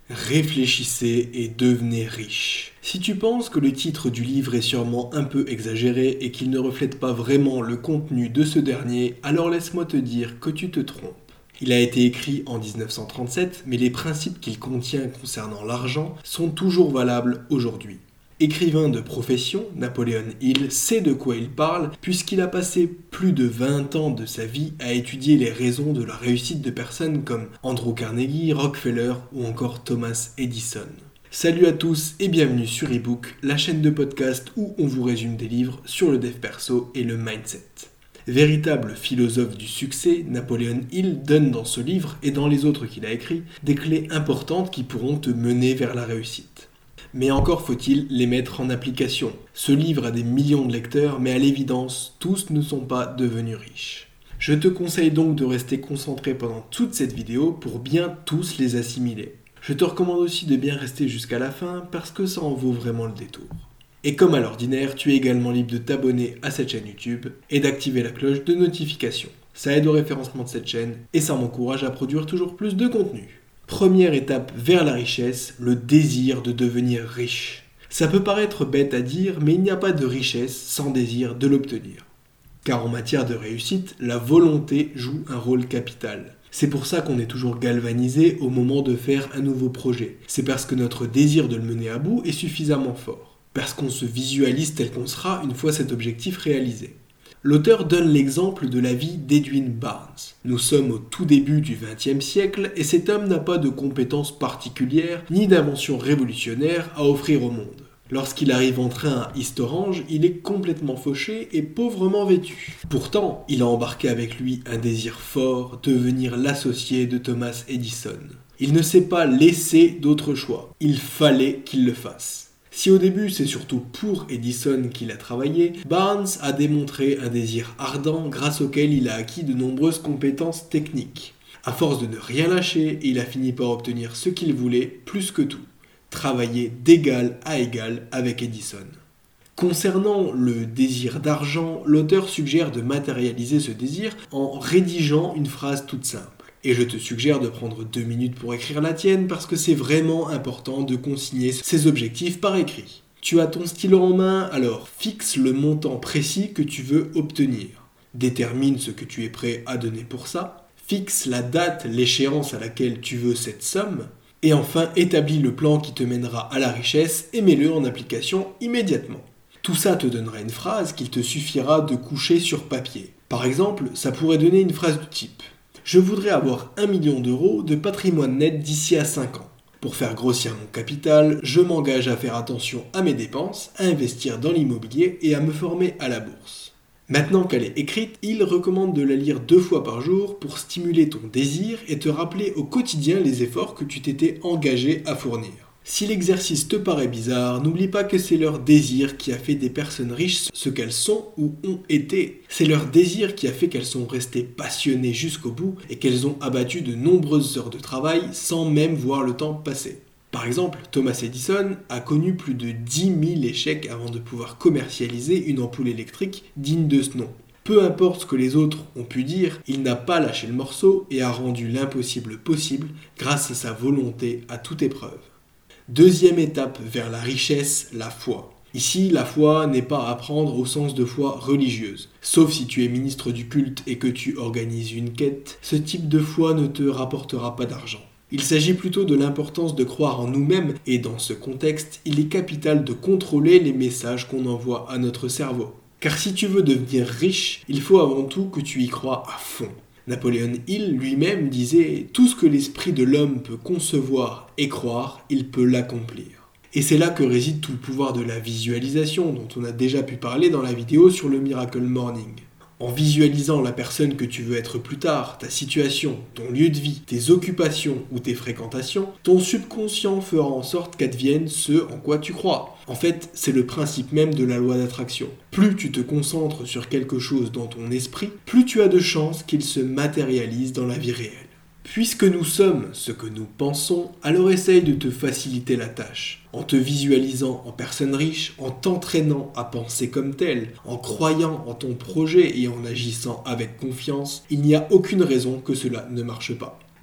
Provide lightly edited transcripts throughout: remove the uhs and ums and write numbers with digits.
Réfléchissez et devenez riche. Si tu penses que le titre du livre est sûrement un peu exagéré et qu'il ne reflète pas vraiment le contenu de ce dernier, alors laisse-moi te dire que tu te trompes. Il a été écrit en 1937, mais les principes qu'il contient concernant l'argent sont toujours valables aujourd'hui. Écrivain de profession, Napoleon Hill sait de quoi il parle puisqu'il a passé plus de 20 ans de sa vie à étudier les raisons de la réussite de personnes comme Andrew Carnegie, Rockefeller ou encore Thomas Edison. Salut à tous et bienvenue sur eBook, la chaîne de podcast où on vous résume des livres sur le dev perso et le mindset. Véritable philosophe du succès, Napoleon Hill donne dans ce livre et dans les autres qu'il a écrits des clés importantes qui pourront te mener vers la réussite. Mais encore faut-il les mettre en application. Ce livre a des millions de lecteurs, mais à l'évidence, tous ne sont pas devenus riches. Je te conseille donc de rester concentré pendant toute cette vidéo pour bien tous les assimiler. Je te recommande aussi de bien rester jusqu'à la fin parce que ça en vaut vraiment le détour. Et comme à l'ordinaire, tu es également libre de t'abonner à cette chaîne YouTube et d'activer la cloche de notification. Ça aide au référencement de cette chaîne et ça m'encourage à produire toujours plus de contenu. Première étape vers la richesse, le désir de devenir riche. Ça peut paraître bête à dire, mais il n'y a pas de richesse sans désir de l'obtenir. Car en matière de réussite, la volonté joue un rôle capital. C'est pour ça qu'on est toujours galvanisé au moment de faire un nouveau projet. C'est parce que notre désir de le mener à bout est suffisamment fort. Parce qu'on se visualise tel qu'on sera une fois cet objectif réalisé. L'auteur donne l'exemple de la vie d'Edwin Barnes. Nous sommes au tout début du XXe siècle et cet homme n'a pas de compétences particulières ni d'inventions révolutionnaires à offrir au monde. Lorsqu'il arrive en train à East Orange, il est complètement fauché et pauvrement vêtu. Pourtant, il a embarqué avec lui un désir fort, devenir l'associé de Thomas Edison. Il ne s'est pas laissé d'autre choix. Il fallait qu'il le fasse. Si au début c'est surtout pour Edison qu'il a travaillé, Barnes a démontré un désir ardent grâce auquel il a acquis de nombreuses compétences techniques. À force de ne rien lâcher, il a fini par obtenir ce qu'il voulait plus que tout, travailler d'égal à égal avec Edison. Concernant le désir d'argent, l'auteur suggère de matérialiser ce désir en rédigeant une phrase toute simple. Et je te suggère de prendre 2 minutes pour écrire la tienne parce que c'est vraiment important de consigner ses objectifs par écrit. Tu as ton stylo en main, alors fixe le montant précis que tu veux obtenir. Détermine ce que tu es prêt à donner pour ça. Fixe la date, l'échéance à laquelle tu veux cette somme. Et enfin, établis le plan qui te mènera à la richesse et mets-le en application immédiatement. Tout ça te donnera une phrase qu'il te suffira de coucher sur papier. Par exemple, ça pourrait donner une phrase du type: je voudrais avoir 1 million d'euros de patrimoine net d'ici à 5 ans. Pour faire grossir mon capital, je m'engage à faire attention à mes dépenses, à investir dans l'immobilier et à me former à la bourse. Maintenant qu'elle est écrite, il recommande de la lire 2 fois par jour pour stimuler ton désir et te rappeler au quotidien les efforts que tu t'étais engagé à fournir. Si l'exercice te paraît bizarre, n'oublie pas que c'est leur désir qui a fait des personnes riches ce qu'elles sont ou ont été. C'est leur désir qui a fait qu'elles sont restées passionnées jusqu'au bout et qu'elles ont abattu de nombreuses heures de travail sans même voir le temps passer. Par exemple, Thomas Edison a connu plus de 10 000 échecs avant de pouvoir commercialiser une ampoule électrique digne de ce nom. Peu importe ce que les autres ont pu dire, il n'a pas lâché le morceau et a rendu l'impossible possible grâce à sa volonté à toute épreuve. Deuxième étape vers la richesse, la foi. Ici, la foi n'est pas à prendre au sens de foi religieuse. Sauf si tu es ministre du culte et que tu organises une quête, ce type de foi ne te rapportera pas d'argent. Il s'agit plutôt de l'importance de croire en nous-mêmes et dans ce contexte, il est capital de contrôler les messages qu'on envoie à notre cerveau. Car si tu veux devenir riche, il faut avant tout que tu y crois à fond. Napoleon Hill lui-même disait « Tout ce que l'esprit de l'homme peut concevoir et croire, il peut l'accomplir ». Et c'est là que réside tout le pouvoir de la visualisation dont on a déjà pu parler dans la vidéo sur le Miracle Morning. En visualisant la personne que tu veux être plus tard, ta situation, ton lieu de vie, tes occupations ou tes fréquentations, ton subconscient fera en sorte qu'advienne ce en quoi tu crois. En fait, c'est le principe même de la loi d'attraction. Plus tu te concentres sur quelque chose dans ton esprit, plus tu as de chances qu'il se matérialise dans la vie réelle. Puisque nous sommes ce que nous pensons, alors essaye de te faciliter la tâche. En te visualisant en personne riche, en t'entraînant à penser comme tel, en croyant en ton projet et en agissant avec confiance, il n'y a aucune raison que cela ne marche pas.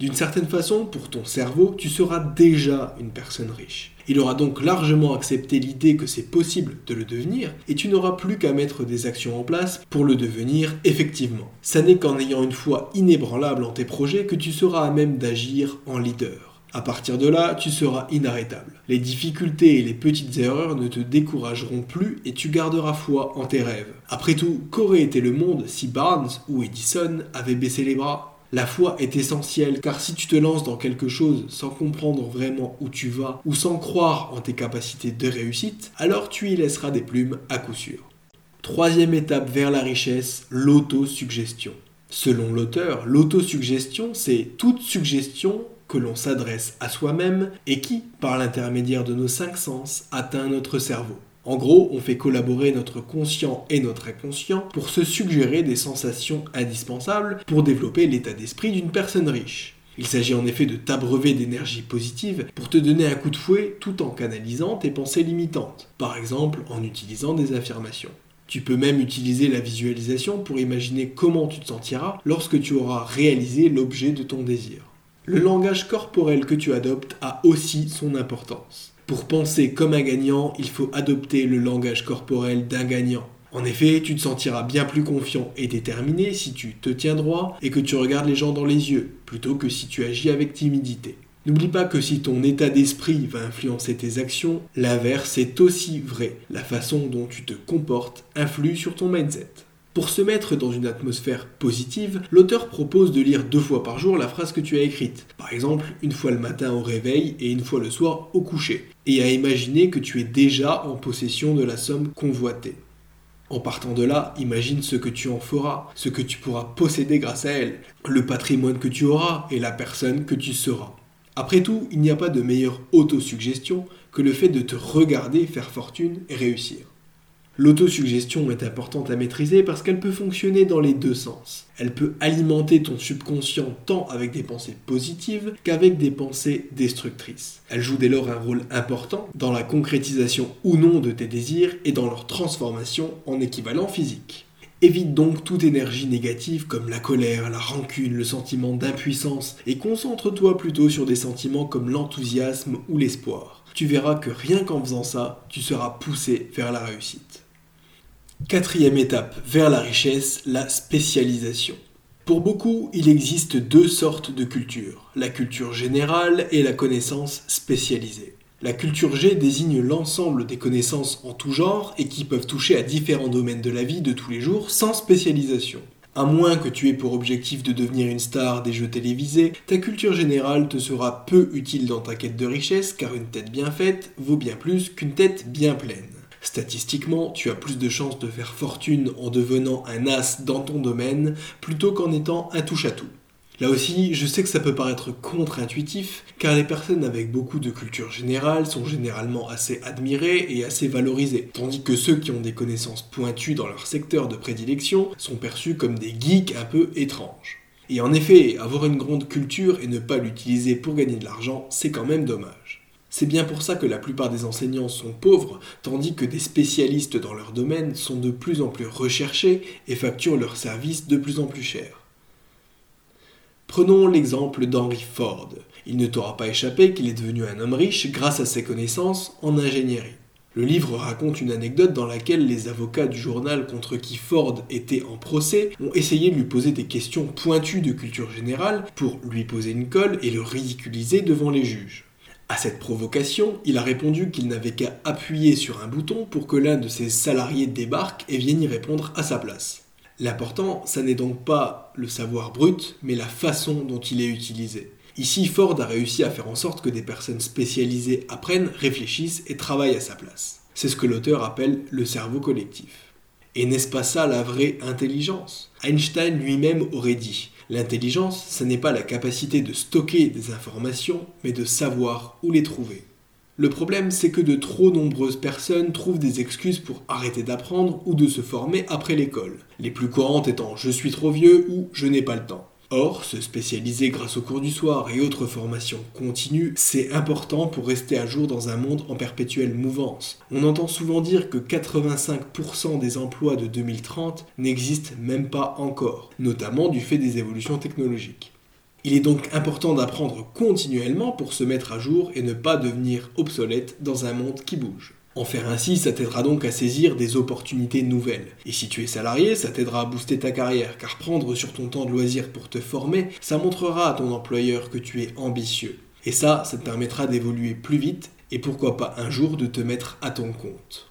D'une certaine façon, pour ton cerveau, tu seras déjà une personne riche. Il aura donc largement accepté l'idée que c'est possible de le devenir et tu n'auras plus qu'à mettre des actions en place pour le devenir effectivement. Ça n'est qu'en ayant une foi inébranlable en tes projets que tu seras à même d'agir en leader. À partir de là, tu seras inarrêtable. Les difficultés et les petites erreurs ne te décourageront plus et tu garderas foi en tes rêves. Après tout, qu'aurait été le monde si Barnes ou Edison avaient baissé les bras ? La foi est essentielle car si tu te lances dans quelque chose sans comprendre vraiment où tu vas ou sans croire en tes capacités de réussite, alors tu y laisseras des plumes à coup sûr. Troisième étape vers la richesse, l'autosuggestion. Selon l'auteur, l'autosuggestion, c'est toute suggestion que l'on s'adresse à soi-même et qui, par l'intermédiaire de nos 5 sens, atteint notre cerveau. En gros, on fait collaborer notre conscient et notre inconscient pour se suggérer des sensations indispensables pour développer l'état d'esprit d'une personne riche. Il s'agit en effet de t'abreuver d'énergie positive pour te donner un coup de fouet tout en canalisant tes pensées limitantes, par exemple en utilisant des affirmations. Tu peux même utiliser la visualisation pour imaginer comment tu te sentiras lorsque tu auras réalisé l'objet de ton désir. Le langage corporel que tu adoptes a aussi son importance. Pour penser comme un gagnant, il faut adopter le langage corporel d'un gagnant. En effet, tu te sentiras bien plus confiant et déterminé si tu te tiens droit et que tu regardes les gens dans les yeux, plutôt que si tu agis avec timidité. N'oublie pas que si ton état d'esprit va influencer tes actions, l'inverse est aussi vrai. La façon dont tu te comportes influe sur ton mindset. Pour se mettre dans une atmosphère positive, l'auteur propose de lire 2 fois par jour la phrase que tu as écrite. Par exemple, une fois le matin au réveil et une fois le soir au coucher. Et à imaginer que tu es déjà en possession de la somme convoitée. En partant de là, imagine ce que tu en feras, ce que tu pourras posséder grâce à elle, le patrimoine que tu auras et la personne que tu seras. Après tout, il n'y a pas de meilleure autosuggestion que le fait de te regarder faire fortune et réussir. L'autosuggestion est importante à maîtriser parce qu'elle peut fonctionner dans les 2 sens. Elle peut alimenter ton subconscient tant avec des pensées positives qu'avec des pensées destructrices. Elle joue dès lors un rôle important dans la concrétisation ou non de tes désirs et dans leur transformation en équivalent physique. Évite donc toute énergie négative comme la colère, la rancune, le sentiment d'impuissance et concentre-toi plutôt sur des sentiments comme l'enthousiasme ou l'espoir. Tu verras que rien qu'en faisant ça, tu seras poussé vers la réussite. 4e étape vers la richesse, la spécialisation. Pour beaucoup, il existe 2 sortes de culture, la culture générale et la connaissance spécialisée. La culture G désigne l'ensemble des connaissances en tout genre et qui peuvent toucher à différents domaines de la vie de tous les jours sans spécialisation. À moins que tu aies pour objectif de devenir une star des jeux télévisés, ta culture générale te sera peu utile dans ta quête de richesse car une tête bien faite vaut bien plus qu'une tête bien pleine. Statistiquement, tu as plus de chances de faire fortune en devenant un as dans ton domaine plutôt qu'en étant un touche-à-tout. Là aussi, je sais que ça peut paraître contre-intuitif, car les personnes avec beaucoup de culture générale sont généralement assez admirées et assez valorisées, tandis que ceux qui ont des connaissances pointues dans leur secteur de prédilection sont perçus comme des geeks un peu étranges. Et en effet, avoir une grande culture et ne pas l'utiliser pour gagner de l'argent, c'est quand même dommage. C'est bien pour ça que la plupart des enseignants sont pauvres, tandis que des spécialistes dans leur domaine sont de plus en plus recherchés et facturent leurs services de plus en plus cher. Prenons l'exemple d'Henry Ford. Il ne t'aura pas échappé qu'il est devenu un homme riche grâce à ses connaissances en ingénierie. Le livre raconte une anecdote dans laquelle les avocats du journal contre qui Ford était en procès ont essayé de lui poser des questions pointues de culture générale pour lui poser une colle et le ridiculiser devant les juges. À cette provocation, il a répondu qu'il n'avait qu'à appuyer sur un bouton pour que l'un de ses salariés débarque et vienne y répondre à sa place. L'important, ça n'est donc pas le savoir brut, mais la façon dont il est utilisé. Ici, Ford a réussi à faire en sorte que des personnes spécialisées apprennent, réfléchissent et travaillent à sa place. C'est ce que l'auteur appelle le cerveau collectif. Et n'est-ce pas ça la vraie intelligence ? Einstein lui-même aurait dit « L'intelligence, ce n'est pas la capacité de stocker des informations, mais de savoir où les trouver. » Le problème, c'est que de trop nombreuses personnes trouvent des excuses pour arrêter d'apprendre ou de se former après l'école. Les plus courantes étant « je suis trop vieux » ou « je n'ai pas le temps ». Or, se spécialiser grâce aux cours du soir et autres formations continues, c'est important pour rester à jour dans un monde en perpétuelle mouvance. On entend souvent dire que 85% des emplois de 2030 n'existent même pas encore, notamment du fait des évolutions technologiques. Il est donc important d'apprendre continuellement pour se mettre à jour et ne pas devenir obsolète dans un monde qui bouge. En faire ainsi, ça t'aidera donc à saisir des opportunités nouvelles. Et si tu es salarié, ça t'aidera à booster ta carrière, car prendre sur ton temps de loisir pour te former, ça montrera à ton employeur que tu es ambitieux. Et ça te permettra d'évoluer plus vite et pourquoi pas un jour de te mettre à ton compte.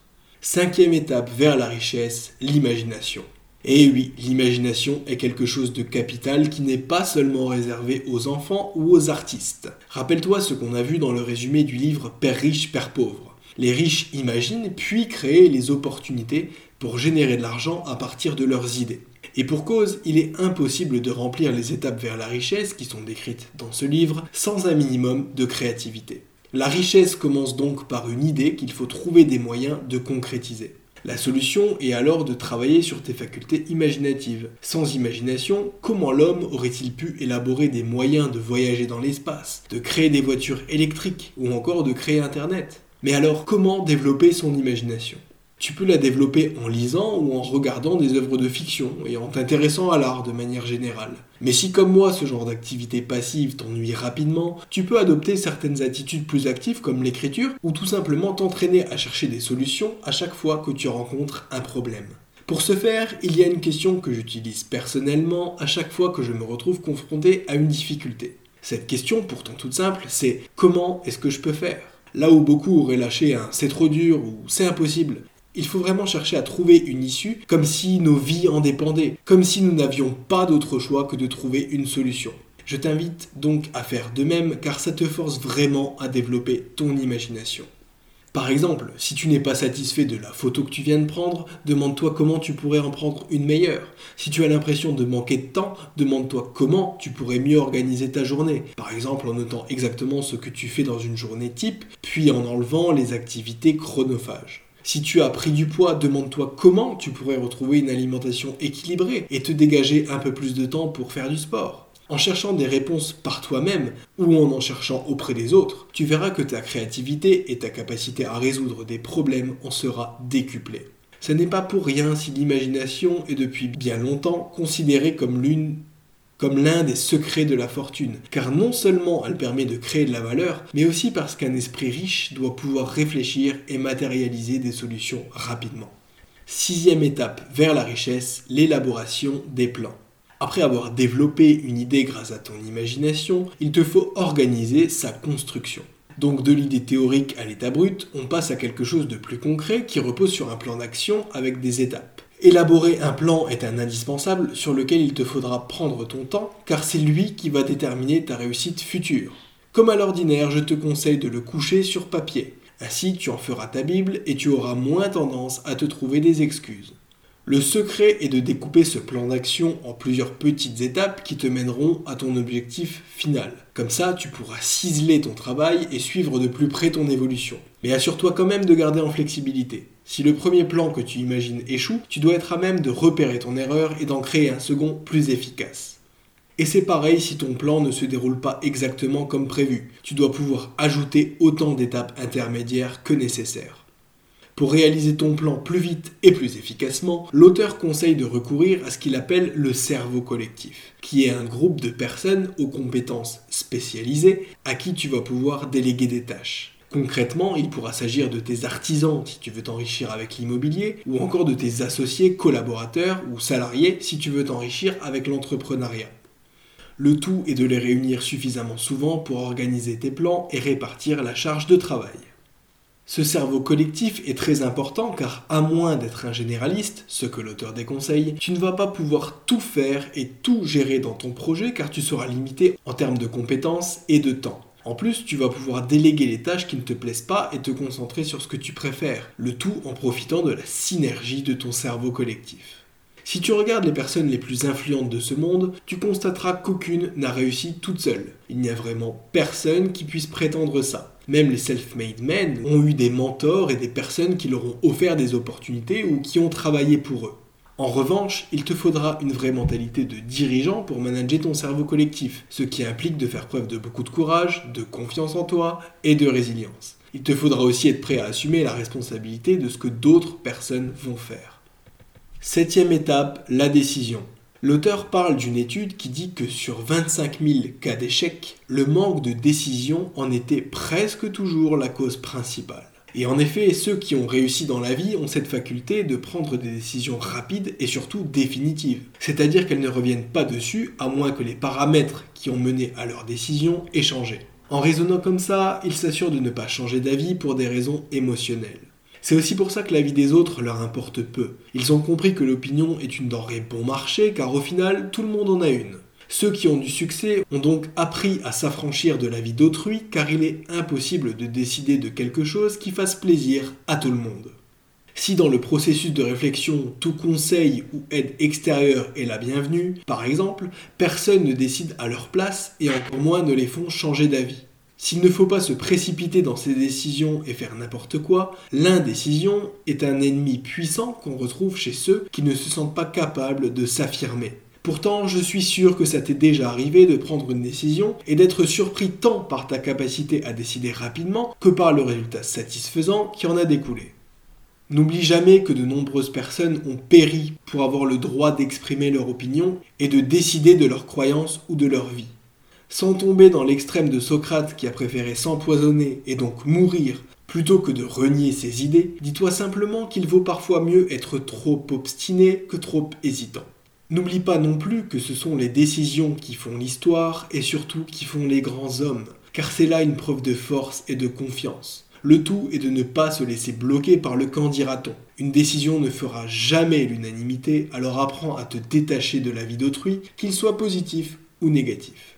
5e étape vers la richesse, l'imagination. Et oui, l'imagination est quelque chose de capital qui n'est pas seulement réservé aux enfants ou aux artistes. Rappelle-toi ce qu'on a vu dans le résumé du livre Père riche, Père pauvre. Les riches imaginent puis créent les opportunités pour générer de l'argent à partir de leurs idées. Et pour cause, il est impossible de remplir les étapes vers la richesse qui sont décrites dans ce livre sans un minimum de créativité. La richesse commence donc par une idée qu'il faut trouver des moyens de concrétiser. La solution est alors de travailler sur tes facultés imaginatives. Sans imagination, comment l'homme aurait-il pu élaborer des moyens de voyager dans l'espace, de créer des voitures électriques ou encore de créer Internet ? Mais alors, comment développer son imagination ? Tu peux la développer en lisant ou en regardant des œuvres de fiction et en t'intéressant à l'art de manière générale. Mais si comme moi ce genre d'activité passive t'ennuie rapidement, tu peux adopter certaines attitudes plus actives comme l'écriture ou tout simplement t'entraîner à chercher des solutions à chaque fois que tu rencontres un problème. Pour ce faire, il y a une question que j'utilise personnellement à chaque fois que je me retrouve confronté à une difficulté. Cette question, pourtant toute simple, c'est « Comment est-ce que je peux faire ?» Là où beaucoup auraient lâché un « c'est trop dur » ou « c'est impossible », il faut vraiment chercher à trouver une issue comme si nos vies en dépendaient, comme si nous n'avions pas d'autre choix que de trouver une solution. Je t'invite donc à faire de même car ça te force vraiment à développer ton imagination. Par exemple, si tu n'es pas satisfait de la photo que tu viens de prendre, demande-toi comment tu pourrais en prendre une meilleure. Si tu as l'impression de manquer de temps, demande-toi comment tu pourrais mieux organiser ta journée. Par exemple en notant exactement ce que tu fais dans une journée type, puis en enlevant les activités chronophages. Si tu as pris du poids, demande-toi comment tu pourrais retrouver une alimentation équilibrée et te dégager un peu plus de temps pour faire du sport. En cherchant des réponses par toi-même ou en cherchant auprès des autres, tu verras que ta créativité et ta capacité à résoudre des problèmes en sera décuplée. Ce n'est pas pour rien si l'imagination est depuis bien longtemps considérée comme l'un des secrets de la fortune, car non seulement elle permet de créer de la valeur, mais aussi parce qu'un esprit riche doit pouvoir réfléchir et matérialiser des solutions rapidement. 6e étape vers la richesse, l'élaboration des plans. Après avoir développé une idée grâce à ton imagination, il te faut organiser sa construction. Donc de l'idée théorique à l'état brut, on passe à quelque chose de plus concret qui repose sur un plan d'action avec des étapes. Élaborer un plan est un indispensable sur lequel il te faudra prendre ton temps car c'est lui qui va déterminer ta réussite future. Comme à l'ordinaire, je te conseille de le coucher sur papier. Ainsi, tu en feras ta Bible et tu auras moins tendance à te trouver des excuses. Le secret est de découper ce plan d'action en plusieurs petites étapes qui te mèneront à ton objectif final. Comme ça, tu pourras ciseler ton travail et suivre de plus près ton évolution. Mais assure-toi quand même de garder en flexibilité. Si le premier plan que tu imagines échoue, tu dois être à même de repérer ton erreur et d'en créer un second plus efficace. Et c'est pareil si ton plan ne se déroule pas exactement comme prévu. Tu dois pouvoir ajouter autant d'étapes intermédiaires que nécessaire. Pour réaliser ton plan plus vite et plus efficacement, l'auteur conseille de recourir à ce qu'il appelle le cerveau collectif, qui est un groupe de personnes aux compétences spécialisées à qui tu vas pouvoir déléguer des tâches. Concrètement, il pourra s'agir de tes artisans si tu veux t'enrichir avec l'immobilier, ou encore de tes associés, collaborateurs ou salariés si tu veux t'enrichir avec l'entrepreneuriat. Le tout est de les réunir suffisamment souvent pour organiser tes plans et répartir la charge de travail. Ce cerveau collectif est très important car à moins d'être un généraliste, ce que l'auteur déconseille, tu ne vas pas pouvoir tout faire et tout gérer dans ton projet car tu seras limité en termes de compétences et de temps. En plus, tu vas pouvoir déléguer les tâches qui ne te plaisent pas et te concentrer sur ce que tu préfères, le tout en profitant de la synergie de ton cerveau collectif. Si tu regardes les personnes les plus influentes de ce monde, tu constateras qu'aucune n'a réussi toute seule. Il n'y a vraiment personne qui puisse prétendre ça. Même les self-made men ont eu des mentors et des personnes qui leur ont offert des opportunités ou qui ont travaillé pour eux. En revanche, il te faudra une vraie mentalité de dirigeant pour manager ton cerveau collectif, ce qui implique de faire preuve de beaucoup de courage, de confiance en toi et de résilience. Il te faudra aussi être prêt à assumer la responsabilité de ce que d'autres personnes vont faire. 7e étape, la décision. L'auteur parle d'une étude qui dit que sur 25 000 cas d'échec, le manque de décision en était presque toujours la cause principale. Et en effet, ceux qui ont réussi dans la vie ont cette faculté de prendre des décisions rapides et surtout définitives. C'est-à-dire qu'elles ne reviennent pas dessus, à moins que les paramètres qui ont mené à leur décision aient changé. En raisonnant comme ça, ils s'assurent de ne pas changer d'avis pour des raisons émotionnelles. C'est aussi pour ça que l'avis des autres leur importe peu. Ils ont compris que l'opinion est une denrée bon marché, car au final, tout le monde en a une. Ceux qui ont du succès ont donc appris à s'affranchir de l'avis d'autrui, car il est impossible de décider de quelque chose qui fasse plaisir à tout le monde. Si dans le processus de réflexion, tout conseil ou aide extérieure est la bienvenue, par exemple, personne ne décide à leur place et encore moins ne les font changer d'avis. S'il ne faut pas se précipiter dans ses décisions et faire n'importe quoi, l'indécision est un ennemi puissant qu'on retrouve chez ceux qui ne se sentent pas capables de s'affirmer. Pourtant, je suis sûr que ça t'est déjà arrivé de prendre une décision et d'être surpris tant par ta capacité à décider rapidement que par le résultat satisfaisant qui en a découlé. N'oublie jamais que de nombreuses personnes ont péri pour avoir le droit d'exprimer leur opinion et de décider de leurs croyances ou de leur vie. Sans tomber dans l'extrême de Socrate qui a préféré s'empoisonner et donc mourir plutôt que de renier ses idées, dis-toi simplement qu'il vaut parfois mieux être trop obstiné que trop hésitant. N'oublie pas non plus que ce sont les décisions qui font l'histoire et surtout qui font les grands hommes, car c'est là une preuve de force et de confiance. Le tout est de ne pas se laisser bloquer par le qu'en dira-t-on. Une décision ne fera jamais l'unanimité, alors apprends à te détacher de l'avis d'autrui, qu'il soit positif ou négatif.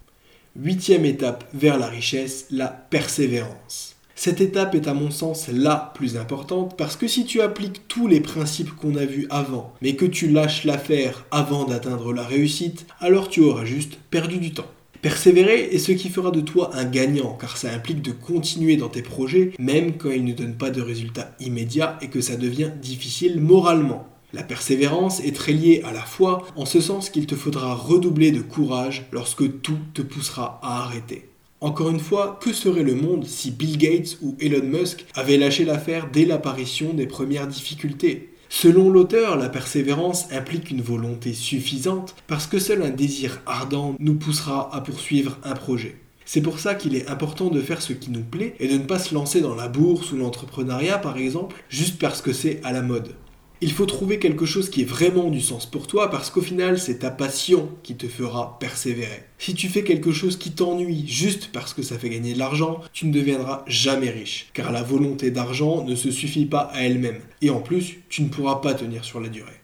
8e étape vers la richesse, la persévérance. Cette étape est à mon sens la plus importante parce que si tu appliques tous les principes qu'on a vus avant, mais que tu lâches l'affaire avant d'atteindre la réussite, alors tu auras juste perdu du temps. Persévérer est ce qui fera de toi un gagnant, car ça implique de continuer dans tes projets, même quand ils ne donnent pas de résultats immédiats et que ça devient difficile moralement. La persévérance est très liée à la foi, en ce sens qu'il te faudra redoubler de courage lorsque tout te poussera à arrêter. Encore une fois, que serait le monde si Bill Gates ou Elon Musk avaient lâché l'affaire dès l'apparition des premières difficultés ? Selon l'auteur, la persévérance implique une volonté suffisante parce que seul un désir ardent nous poussera à poursuivre un projet. C'est pour ça qu'il est important de faire ce qui nous plaît et de ne pas se lancer dans la bourse ou l'entrepreneuriat par exemple, juste parce que c'est à la mode. Il faut trouver quelque chose qui ait vraiment du sens pour toi parce qu'au final, c'est ta passion qui te fera persévérer. Si tu fais quelque chose qui t'ennuie juste parce que ça fait gagner de l'argent, tu ne deviendras jamais riche, car la volonté d'argent ne se suffit pas à elle-même. Et en plus, tu ne pourras pas tenir sur la durée.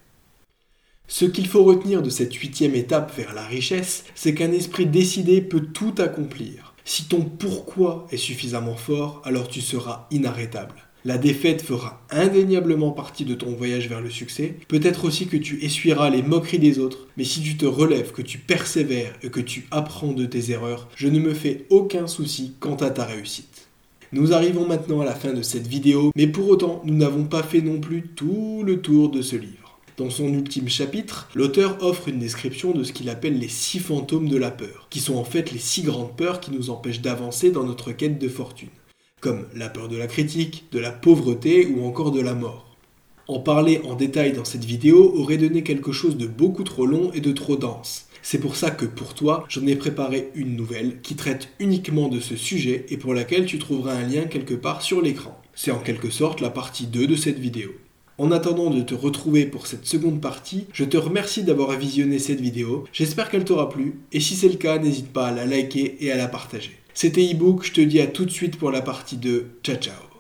Ce qu'il faut retenir de cette 8e étape vers la richesse, c'est qu'un esprit décidé peut tout accomplir. Si ton pourquoi est suffisamment fort, alors tu seras inarrêtable. La défaite fera indéniablement partie de ton voyage vers le succès. Peut-être aussi que tu essuieras les moqueries des autres, mais si tu te relèves, que tu persévères et que tu apprends de tes erreurs, je ne me fais aucun souci quant à ta réussite. Nous arrivons maintenant à la fin de cette vidéo, mais pour autant, nous n'avons pas fait non plus tout le tour de ce livre. Dans son ultime chapitre, l'auteur offre une description de ce qu'il appelle les 6 fantômes de la peur, qui sont en fait les 6 grandes peurs qui nous empêchent d'avancer dans notre quête de fortune. Comme la peur de la critique, de la pauvreté ou encore de la mort. En parler en détail dans cette vidéo aurait donné quelque chose de beaucoup trop long et de trop dense. C'est pour ça que pour toi, j'en ai préparé une nouvelle qui traite uniquement de ce sujet et pour laquelle tu trouveras un lien quelque part sur l'écran. C'est en quelque sorte la partie 2 de cette vidéo. En attendant de te retrouver pour cette seconde partie, je te remercie d'avoir visionné cette vidéo, j'espère qu'elle t'aura plu, et si c'est le cas, n'hésite pas à la liker et à la partager. C'était ebook, je te dis à tout de suite pour la partie 2, ciao ciao.